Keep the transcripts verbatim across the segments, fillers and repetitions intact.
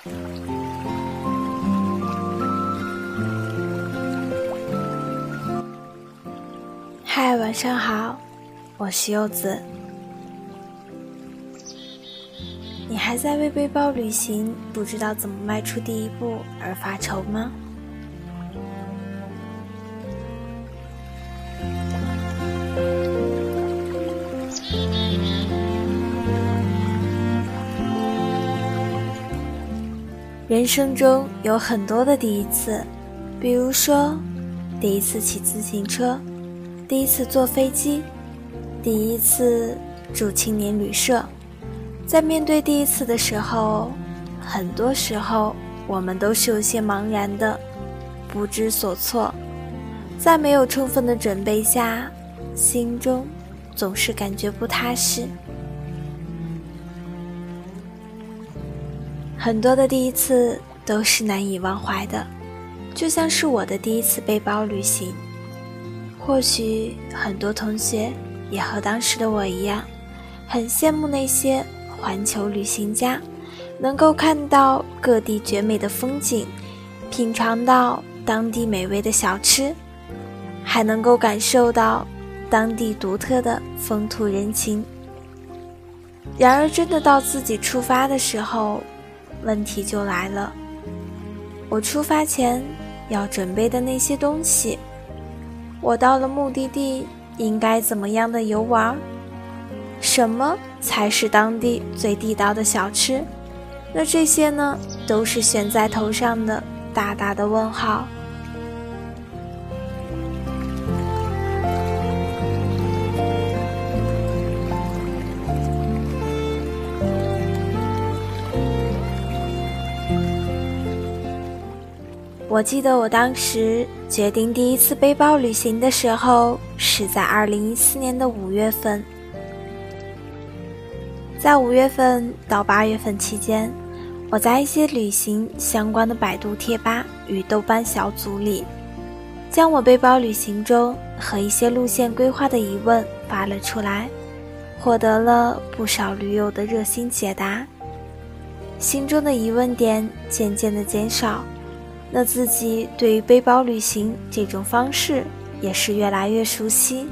嗨，晚上好，我是柚子。你还在为背包旅行不知道怎么迈出第一步而发愁吗？人生中有很多的第一次，比如说第一次骑自行车，第一次坐飞机，第一次住青年旅社。在面对第一次的时候，很多时候我们都是有些茫然的，不知所措。在没有充分的准备下，心中总是感觉不踏实。很多的第一次都是难以忘怀的，就像是我的第一次背包旅行。或许很多同学也和当时的我一样，很羡慕那些环球旅行家，能够看到各地绝美的风景，品尝到当地美味的小吃，还能够感受到当地独特的风土人情。然而真的到自己出发的时候，问题就来了。我出发前要准备的那些东西，我到了目的地应该怎么样的游玩？什么才是当地最地道的小吃？那这些呢，都是悬在头上的大大的问号。我记得我当时决定第一次背包旅行的时候，是在二零一四年的五月份。在五月份到八月份期间，我在一些旅行相关的百度贴吧与豆瓣小组里，将我背包旅行中和一些路线规划的疑问发了出来，获得了不少驴友的热心解答。心中的疑问点渐渐的减少，那自己对于背包旅行这种方式也是越来越熟悉。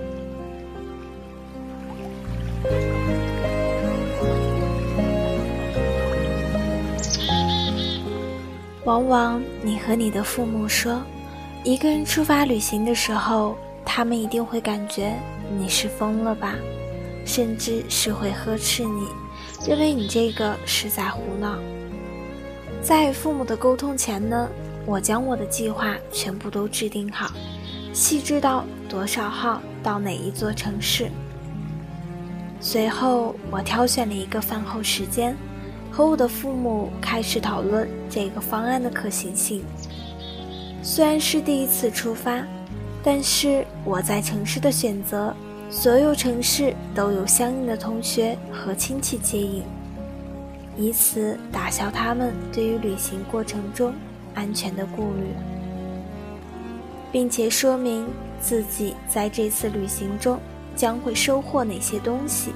往往你和你的父母说，一个人出发旅行的时候，他们一定会感觉你是疯了吧，甚至是会呵斥你，认为你这个是在胡闹。在与父母的沟通前呢，我将我的计划全部都制定好，细致到多少号到哪一座城市。随后我挑选了一个饭后时间，和我的父母开始讨论这个方案的可行性。虽然是第一次出发，但是我在城市的选择，所有城市都有相应的同学和亲戚接应，以此打消他们对于旅行过程中安全的顾虑，并且说明自己在这次旅行中将会收获哪些东西。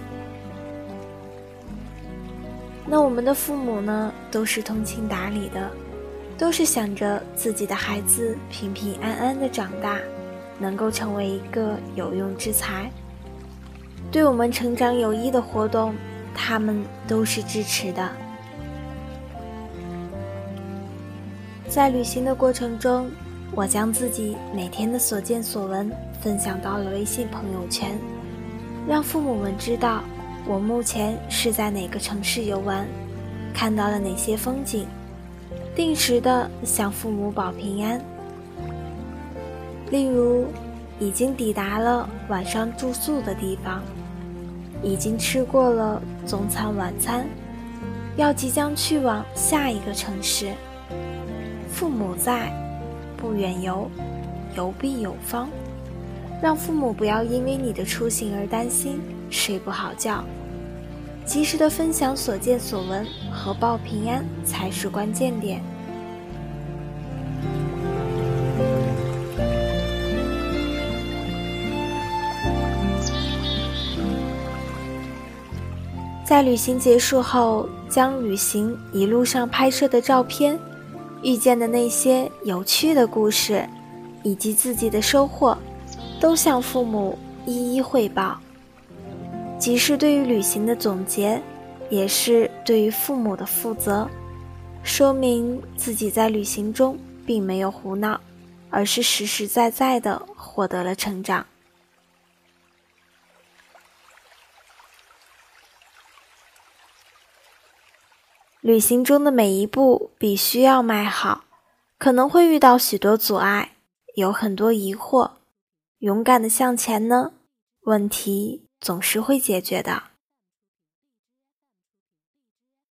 那我们的父母呢，都是通情达理的，都是想着自己的孩子平平安安的长大，能够成为一个有用之才。对我们成长有益的活动，他们都是支持的。在旅行的过程中，我将自己每天的所见所闻分享到了微信朋友圈，让父母们知道我目前是在哪个城市游玩，看到了哪些风景，定时的向父母保平安。例如，已经抵达了晚上住宿的地方，已经吃过了中餐晚餐，要即将去往下一个城市。父母在，不远游，游必有方。让父母不要因为你的出行而担心睡不好觉，及时的分享所见所闻和报平安才是关键点。在旅行结束后， 将旅行一路上拍摄的照片，遇见的那些有趣的故事，以及自己的收获，都向父母一一汇报。既是对于旅行的总结，也是对于父母的负责，说明自己在旅行中并没有胡闹，而是实实在在地获得了成长。旅行中的每一步必须要迈好，可能会遇到许多阻碍，有很多疑惑，勇敢地向前呢，问题总是会解决的。